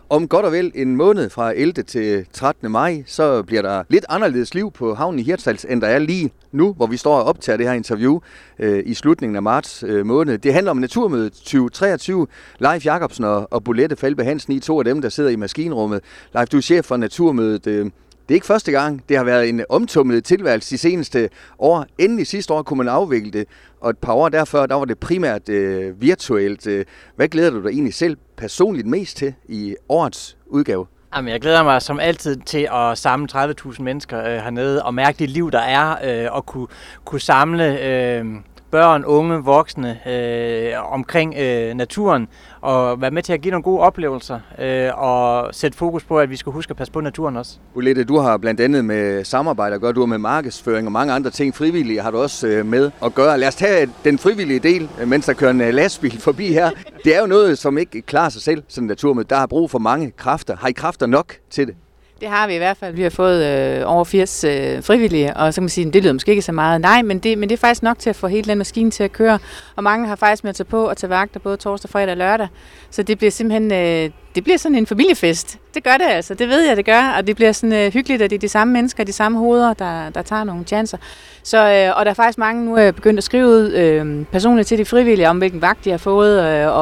Om godt og vel en måned fra 11. til 13. maj, så bliver der lidt anderledes liv på havnen i Hirtshals, end der er lige nu, hvor vi står og optager det her interview i slutningen af marts måned. Det handler om Naturmødet 2023. Leif Jacobsen og Bolette Falbe Hansen, I to af dem, der sidder i maskinrummet. Leif, du er chef for Naturmødet. Det er ikke første gang. Det har været en omtumlet tilværelse de seneste år. Endelig sidste år kunne man afvikle det, og et par år derfor, der var det primært virtuelt. Hvad glæder du dig egentlig selv personligt mest til i årets udgave? Jamen, jeg glæder mig som altid til at samle 30.000 mennesker hernede og mærke det liv, der er, og kunne samle børn, unge, voksne omkring naturen og være med til at give nogle gode oplevelser og sætte fokus på, at vi skal huske at passe på naturen også. Bolette, du har blandt andet med samarbejde at gøre, du har med markedsføring og mange andre ting. Frivillige har du også med at gøre. Lad os tage den frivillige del, mens der kører en lastbil forbi her. Det er jo noget, som ikke klarer sig selv, sådan en naturmøde. Der har brug for mange kræfter. Har I kræfter nok til det? Det har vi i hvert fald. Vi har fået over 80 frivillige, og så kan man sige, at det lyder måske ikke så meget. Nej, men det er faktisk nok til at få hele den maskine til at køre. Og mange har faktisk med at tage på og tage vagter både torsdag, fredag og lørdag. Så det bliver simpelthen det bliver sådan en familiefest. Det gør det altså. Det ved jeg, det gør. Og det bliver sådan hyggeligt, at det er de samme mennesker, de samme hoveder, der tager nogle chancer. Så, og der er faktisk mange nu begyndt at skrive ud personligt til de frivillige om, hvilken vagt de har fået.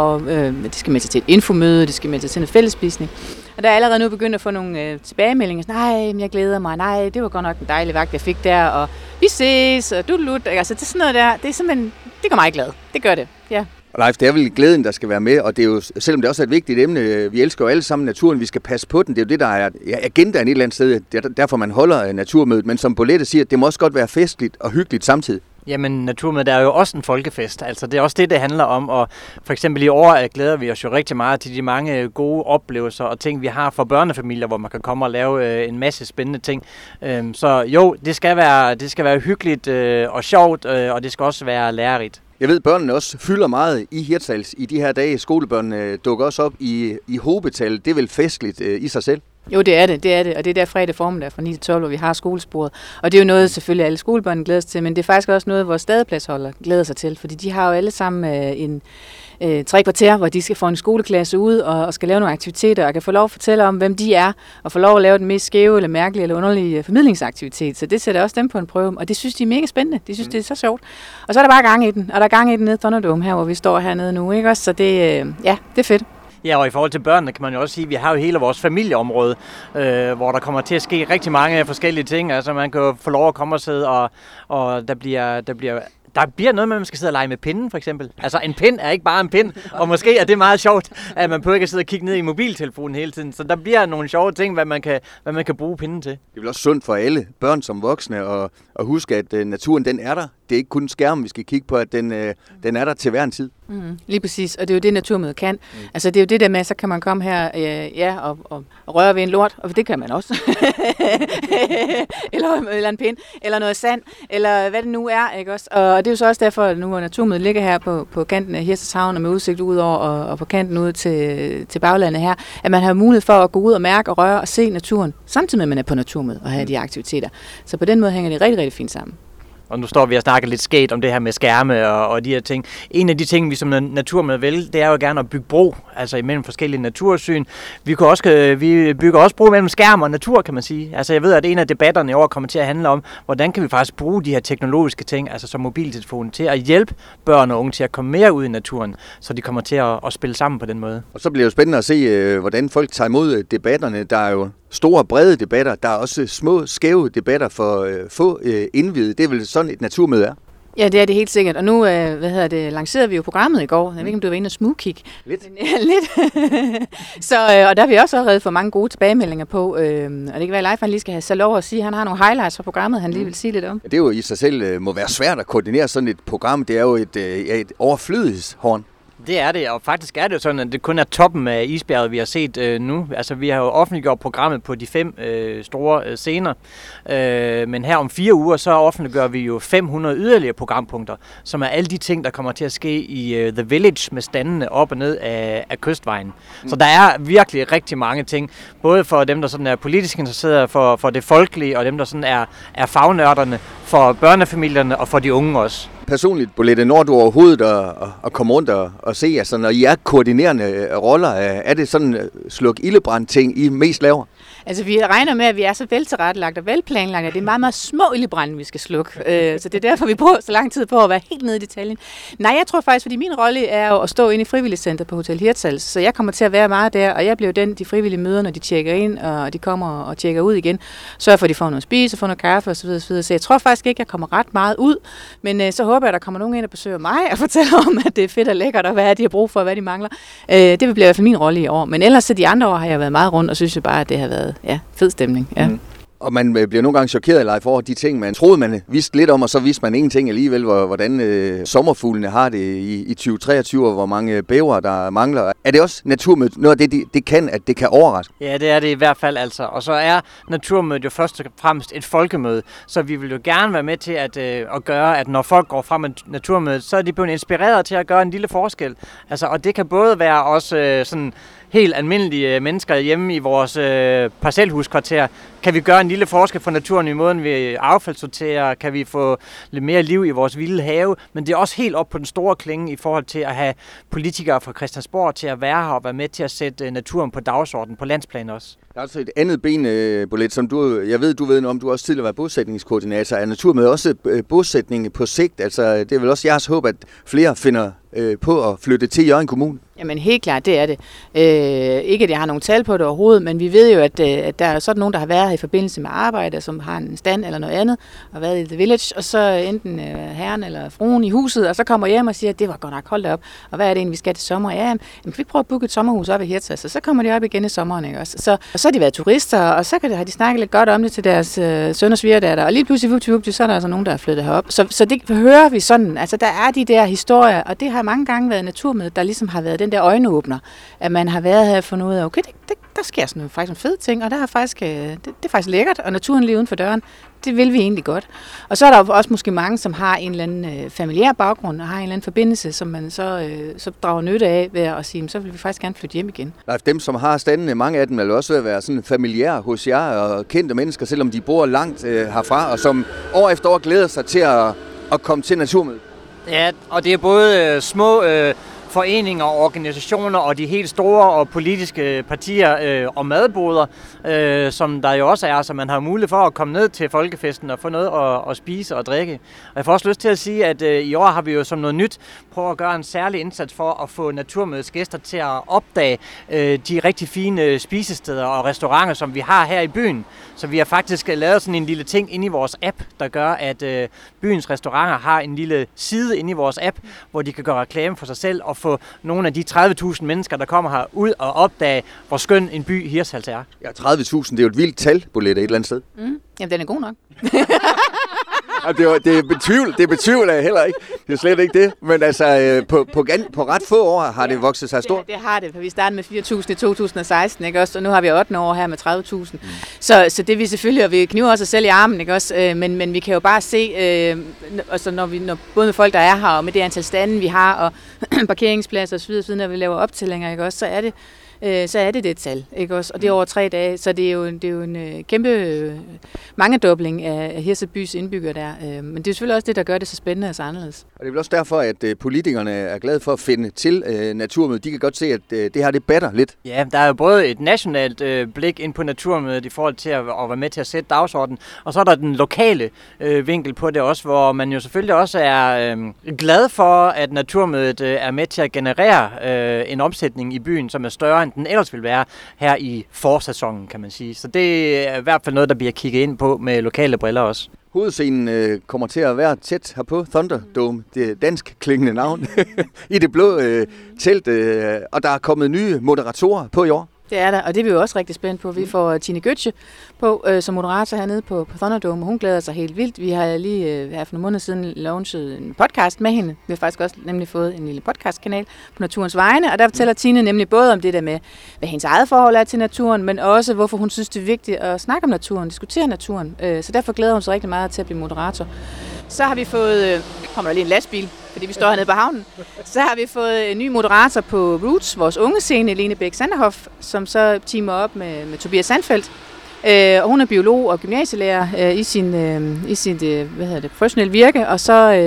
De skal med til et infomøde, de skal med til en fællesspisning. Og der er allerede nu begyndt at få nogle tilbagemeldinger. Nej, jeg glæder mig. Nej, det var godt nok en dejlig vagt, jeg fik der. Og vi ses, og dudelut. Altså, det er sådan noget der. Det er simpelthen, det gør mig glad. Det gør det, ja. Og Leif, det er vel glæden, der skal være med, og det er jo, selvom det også er et vigtigt emne, vi elsker jo alle sammen naturen, vi skal passe på den. Det er jo det, der er agendaen et eller andet sted. Det er derfor, man holder naturmødet. Men som Bolette siger, det må også godt være festligt og hyggeligt samtidig. Jamen, Naturmødet er jo også en folkefest. Altså, det er også det handler om. Og for eksempel i år glæder vi os jo rigtig meget til de mange gode oplevelser og ting, vi har for børnefamilier, hvor man kan komme og lave en masse spændende ting. Så jo, det skal være hyggeligt og sjovt, og det skal også være lærerigt. Jeg ved, børnene også fylder meget i Hirtshals i de her dage. Skolebørnene dukker også op i hobetal. Det er vel festligt i sig selv? Jo, det er det, og det er der fredag formiddag fra 9 til 12, hvor vi har skolesporet. Og det er jo noget, selvfølgelig alle skolebørnene glæder sig til, men det er faktisk også noget, vores stadepladsholder glæder sig til, fordi de har jo alle sammen 3 kvarter, hvor de skal få en skoleklasse ud og skal lave nogle aktiviteter og kan få lov at fortælle om, hvem de er, og få lov at lave den mest skæve eller mærkelige eller underlige formidlingsaktivitet. Så det sætter også dem på en prøve, og det synes de er mega spændende. De synes, det er så sjovt. Og så er der bare gang i den, og der er gang i den nede i Thunderdome her, hvor vi står hernede nu, ikke også? Så det er fedt. Ja, og i forhold til børnene kan man jo også sige, at vi har jo hele vores familieområde, hvor der kommer til at ske rigtig mange forskellige ting. Altså man kan jo få lov at komme og sidde, og der bliver noget med, at man skal sidde og lege med pinden, for eksempel. Altså, en pind er ikke bare en pind, og måske er det meget sjovt, at man behøver ikke at sidde og kigge ned i mobiltelefonen hele tiden. Så der bliver nogle sjove ting, hvad man kan bruge pinden til. Det er vel også sundt for alle, børn som voksne, at huske, at naturen, den er der. Det er ikke kun skærmen, vi skal kigge på, at den er der til hver en tid. Lige præcis, og det er jo det, Naturmødet kan. Altså, det er jo det der med, så kan man komme her og røre ved en lort, og det kan man også. eller en pind, eller noget sand, eller hvad det nu er, ikke også? Og det er jo så også derfor, at nu hvor Naturmødet ligger her på kanten af Hirtshals Havn og med udsigt ud over og på kanten ud til baglandet her, at man har mulighed for at gå ud og mærke og røre og se naturen, samtidig med, at man er på Naturmødet og have de aktiviteter. Så på den måde hænger det rigtig, rigtig fint sammen. Og nu står vi og snakker lidt skægt om det her med skærme og de her ting. En af de ting, vi som Naturmødet vil, det er jo gerne at bygge bro, altså imellem forskellige natursyn. Vi bygger også bro mellem skærm og natur, kan man sige. Altså jeg ved, at en af debatterne i år kommer til at handle om, hvordan kan vi faktisk bruge de her teknologiske ting, altså som mobiltelefonen, til at hjælpe børn og unge til at komme mere ud i naturen, så de kommer til at spille sammen på den måde. Og så bliver det jo spændende at se, hvordan folk tager imod debatterne. Der er jo store, brede debatter. Der er også små, skæve debatter for få indvidede. Det er vel sådan et naturmøde er? Ja, det er det helt sikkert. Og nu lancerede vi jo programmet i går. Jeg ved ikke, om du var inde og smugkigge. Lidt. Lidt. Så, og der har vi også allerede fået mange gode tilbagemeldinger på. Og det kan være, at Leif lige skal have så lov at sige, at han har nogle highlights fra programmet, han lige vil sige lidt om. Det er jo i sig selv må være svært at koordinere sådan et program. Det er jo et overflødighedshorn. Det er det, og faktisk er det jo sådan, at det kun er toppen af isbjerget, vi har set nu. Altså, vi har jo offentliggjort programmet på de 5 store scener, men her om 4 uger, så offentliggør vi jo 500 yderligere programpunkter, som er alle de ting, der kommer til at ske i The Village med standene op og ned af kystvejen. Så der er virkelig rigtig mange ting, både for dem, der sådan er politisk interesserede, for det folkelige, og dem, der sådan er fagnørderne, for børnefamilierne og for de unge også. personligt, Bolette, når du overhovedet at komme rundt og se, altså når I er koordinerende roller, er det sådan sluk ildebrand ting, I mest laver? Altså, vi regner med, at vi er så veltilrettelagt og velplanlagt, at det er meget, meget små ildebrænde, vi skal slukke. Så det er derfor, vi bruger så lang tid på at være helt nede i detaljen. Nej, jeg tror faktisk, fordi min rolle er jo at stå inde i frivilligcenter på Hotel Hirtshals, så jeg kommer til at være meget der, og jeg bliver den, de frivillige møder, når de tjekker ind, og de kommer og tjekker ud igen. Sørger for, at de får noget at spise og får noget kaffe osv. Så jeg tror faktisk ikke, jeg kommer ret meget ud, men så håber jeg, at der kommer nogen ind og besøger mig og fortæller om, at det er fedt og lækkert, og hvad de har brug for, og hvad de mangler. Det bliver i hvert fald min rolle i år. Men ellers så de andre år har jeg været meget rundt, og synes jeg bare, at det har været fed stemning. Ja. Og man bliver nogle gange chokeret i Leif over de ting, man troede, man vidste lidt om, og så vidste man ingenting alligevel, hvordan sommerfuglene har det i 2023, og hvor mange bæver, der mangler. Er det også Naturmødet noget af det kan, at det kan overraske? Ja, det er det i hvert fald altså. Og så er Naturmødet jo først og fremmest et folkemøde, så vi vil jo gerne være med til at gøre, at når folk går frem med Naturmødet, så er de blevet inspireret til at gøre en lille forskel. Altså, og det kan både være også sådan helt almindelige mennesker hjemme i vores parcelhuskvarter. Kan vi gøre en lille forskel for naturen i måden, vi affaldssorterer? Kan vi få lidt mere liv i vores vilde have? Men det er også helt op på den store klinge i forhold til at have politikere fra Christiansborg til at være her og være med til at sætte naturen på dagsordenen på landsplan også. Der er altså et andet ben, Bolette, som jeg ved, du ved noget om, du også tidligere var bosætningskoordinator. Er Naturmødet også bosætning på sigt? Altså, det er vel også jeres håb, at flere finder på at flytte til Hjørring Kommune? Jamen helt klart, det er det. Ikke at jeg har nogen tal på det overhovedet, men vi ved jo, at der er sådan nogen, der har været her i forbindelse med arbejde, som har en stand eller noget andet, og været i The Village, og så enten herren eller fruen i huset, og så kommer hjem og siger, at det var godt nok, hold da op, og hvad er det egentlig, vi skal til sommer? Ja, jamen, kan vi prøve at booke et sommerhus op i Hirtshals, og så kommer de op igen i sommeren, ikke også? Og så har de været turister, og så har de snakket lidt godt om det til deres søn og svigerdatter, og lige pludselig, så er der altså nogen, der er flyttet herop. Så det hører vi sådan, altså der er de der historier, og det har mange gange været Naturmødet, der ligesom har været den der øjenåbner, at man har været her og fundet ud af, okay, der sker sådan faktisk en fed ting, og der er faktisk, det er faktisk lækkert, og naturen lige uden for døren, det vil vi egentlig godt. Og så er der jo også måske mange, som har en eller anden familiær baggrund, og har en eller anden forbindelse, som man så drager nytte af ved at sige, så vil vi faktisk gerne flytte hjem igen. Leif, dem, som har standene, mange af dem vil også være sådan familiære hos jer, og kendte mennesker, selvom de bor langt herfra, og som år efter år glæder sig til at komme til Naturmødet. Ja, og det er både små foreninger og organisationer og de helt store og politiske partier og madboder, som der jo også er, så man har mulighed for at komme ned til folkefesten og få noget at spise og drikke. Og jeg får også lyst til at sige, at i år har vi jo som noget nyt prøvet at gøre en særlig indsats for at få Naturmødets gæster til at opdage de rigtig fine spisesteder og restauranter, som vi har her i byen. Så vi har faktisk lavet sådan en lille ting inde i vores app, der gør, at byens restauranter har en lille side inde i vores app, hvor de kan gøre reklame for sig selv og få nogle af de 30.000 mennesker, der kommer her ud og opdage, hvor skøn en by Hirtshals er. Ja, 30.000, det er jo et vildt tal, Bolette, et eller andet sted. Jamen, den er god nok. Det betvivler jeg heller ikke. Det er slet ikke det. Men altså, på ret få år har det vokset sig stort. Det har det, for vi startede med 4.000 i 2016, ikke også? Og nu har vi 8 år her med 30.000. Så det vi selvfølgelig, og vi kniver os selv i armen, ikke også? Men vi kan jo bare se, altså når både med folk, der er her, og med det antal stande, vi har, og parkeringspladser osv., når vi laver optællinger, ikke også? Så er det et tal, ikke også? Og det er over 3 dage, så det er jo en kæmpe mangedobling af Hirtshals bys indbyggere der. Men det er selvfølgelig også det, der gør det så spændende og så anderledes. Og det er vel også derfor, at politikerne er glade for at finde til Naturmødet. De kan godt se, at det her det batter lidt. Ja, der er jo både et nationalt blik ind på Naturmødet i forhold til at være med til at sætte dagsordenen, og så er der den lokale vinkel på det også, hvor man jo selvfølgelig også er glad for, at Naturmødet er med til at generere en omsætning i byen, som er større end den ellers vil være her i forsæsonen, kan man sige. Så det er i hvert fald noget, der bliver kigget ind på med lokale briller også. Hovedscenen kommer til at være tæt her på Thunderdome, det dansk klingende navn, i det blå telt, og der er kommet nye moderatorer på i år. Det er der, og det er vi jo også rigtig spændt på. Vi får Tine Götze på som moderator hernede på Thunderdome, og hun glæder sig helt vildt. Vi har lige her for nogle måneder siden launchet en podcast med hende. Vi har faktisk også nemlig fået en lille podcastkanal på Naturens Vegne, og der fortæller Tine nemlig både om det der med, hvad hendes eget forhold er til naturen, men også hvorfor hun synes, det er vigtigt at snakke om naturen, diskutere naturen. Så derfor glæder hun sig rigtig meget til at blive moderator. Så har vi fået, kommer der lige en lastbil, fordi vi står hernede på havnen. Så har vi fået en ny moderator på Roots, vores unge scene, Lene Bæk Sanderhoff, som så teamer op med Tobias Sandfeldt. Og hun er biolog og gymnasielærer i sit professionelle virke, og så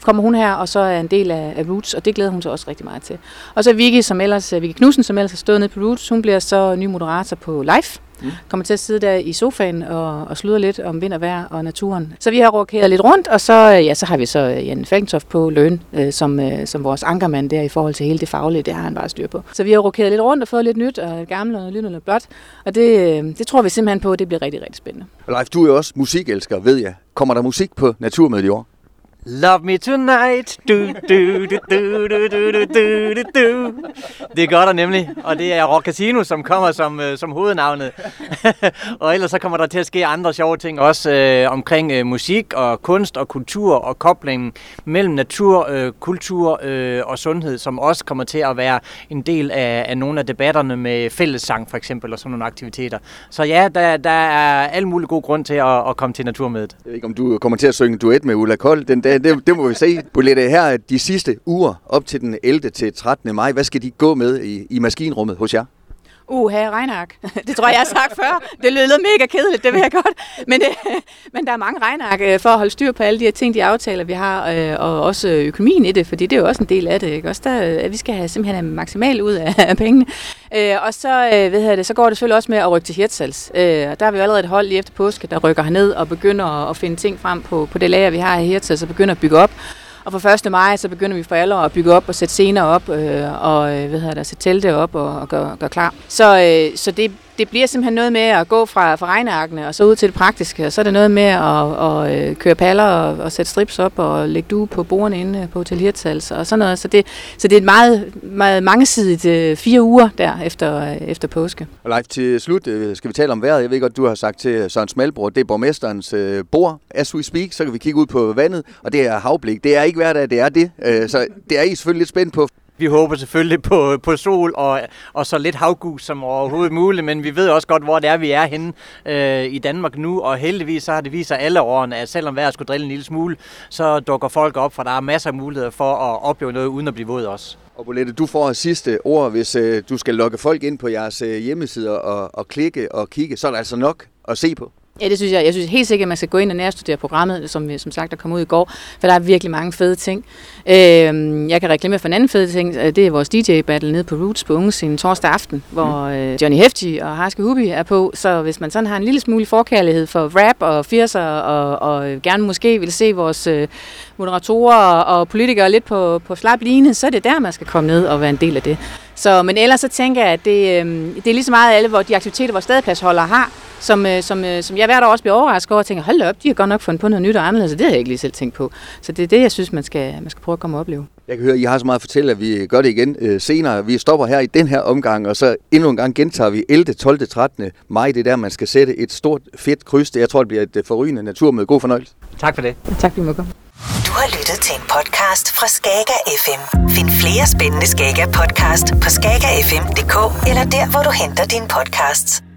kommer hun her, og så er en del af Roots, og det glæder hun sig også rigtig meget til. Og så Vicky Knudsen, som ellers har stået nede på Roots, hun bliver så ny moderator på Live. Kommer til at sidde der i sofaen og sludre lidt om vind og vejr og naturen. Så vi har rokeret lidt rundt, og så har vi så Jan Falkentoft på løn, som vores ankermand der i forhold til hele det faglige, det har han bare styr på. Så vi har rokeret lidt rundt og fået lidt nyt og gammelt og lidt blåt, og det tror vi simpelthen på, at det bliver rigtig, rigtig spændende. Leif, du er jo også musikelsker, ved jeg. Kommer der musik på Naturmødet i år? Love me tonight, du. Det gør der nemlig, og det er Rock Casino, som kommer som hovednavnet. Og ellers så kommer der til at ske andre sjove ting også omkring musik og kunst og kultur og koblingen mellem natur, kultur og sundhed, som også kommer til at være en del af nogle af debatterne med fællessang for eksempel og sådan nogle aktiviteter. Så ja, der er alle mulige gode grund til at komme til Naturmødet. Jeg ved ikke, om du kommer til at synge duet med Ulla Kold den dag. Det må vi se. Bolette, her de sidste uger op til den 11. til 13. maj. Hvad skal de gå med i maskinrummet hos jer? Her regneark. Det tror jeg har sagt før. Det lød mega kedeligt, det ved jeg godt. Men der er mange regneark for at holde styr på alle de her ting, de aftaler, vi har, og også økonomien i det, fordi det er jo også en del af det. Ikke? Også der, vi skal have simpelthen maksimalt ud af pengene. Og så, så går det selvfølgelig også med at rykke til Hirtshals. Der har vi jo allerede et hold lige efter påske, der rykker herned og begynder at finde ting frem på det lager, vi har i Hirtshals, og begynder at bygge op. Og fra 1. maj, så begynder vi for alvor at bygge op og sætte scener op, sætte telte op og gøre klar. Så det bliver simpelthen noget med at gå fra regnearkene og så ud til det praktiske. Og så er det noget med at køre paller og sætte strips op og lægge due på bordene inde på Hotel Hirtshals og sådan noget. Så det er et meget, meget mangesidigt 4 uger der efter påske. Og Leif, til slut skal vi tale om vejret. Jeg ved godt, du har sagt til Søren Smalbro, det er borgmesterens bord. As we speak, så kan vi kigge ud på vandet, og det er havblik. Det er ikke hver dag, det er det. Så det er I selvfølgelig lidt spændt på. Vi håber selvfølgelig på sol og så lidt havgus som overhovedet muligt, men vi ved også godt, hvor det er, vi er henne i Danmark nu, og heldigvis så har det vist sig alle årene, at selvom vejret skulle drille en lille smule, så dukker folk op, for der er masser af muligheder for at opleve noget uden at blive våd også. Og Bolette, du får sidste ord, hvis du skal lokke folk ind på jeres hjemmesider og klikke og kigge, så er der altså nok at se på. Ja, det synes jeg. Jeg synes helt sikkert, at man skal gå ind og nærstudere programmet, som sagt, der kommer ud i går, for der er virkelig mange fede ting. Jeg kan reklamere for en anden fede ting. Det er vores DJ-battle nede på Roots på Ungescenen torsdag aften, hvor Johnny Hefti og Harske Hubi er på. Så hvis man sådan har en lille smule forkærlighed for rap og 80'er, og gerne måske vil se vores moderatorer og politikere lidt på slap line, så er det der, man skal komme ned og være en del af det. Men ellers så tænker jeg, at det er lige så meget alle de aktiviteter, vores stadepladsholdere har, som jeg hvert år også bliver overrasket over og tænker, hold da op, de har godt nok fundet på noget nyt og anderledes, så det har jeg ikke lige selv tænkt på. Så det er det, jeg synes, man skal prøve at komme og opleve. Jeg kan høre, at I har så meget at fortælle, at vi gør det igen senere. Vi stopper her i den her omgang, og så endnu en gang gentager vi 11., 12., 13. maj. Det er der, man skal sætte et stort, fedt kryds. Jeg tror, det bliver et forrygende naturmøde. God fornøjelse. Tak for det. Tak, fordi I måtte komme. Du har lyttet til en podcast fra Skager FM. Find flere spændende Skager podcast på skagerfm.dk eller der, hvor du henter dine podcasts.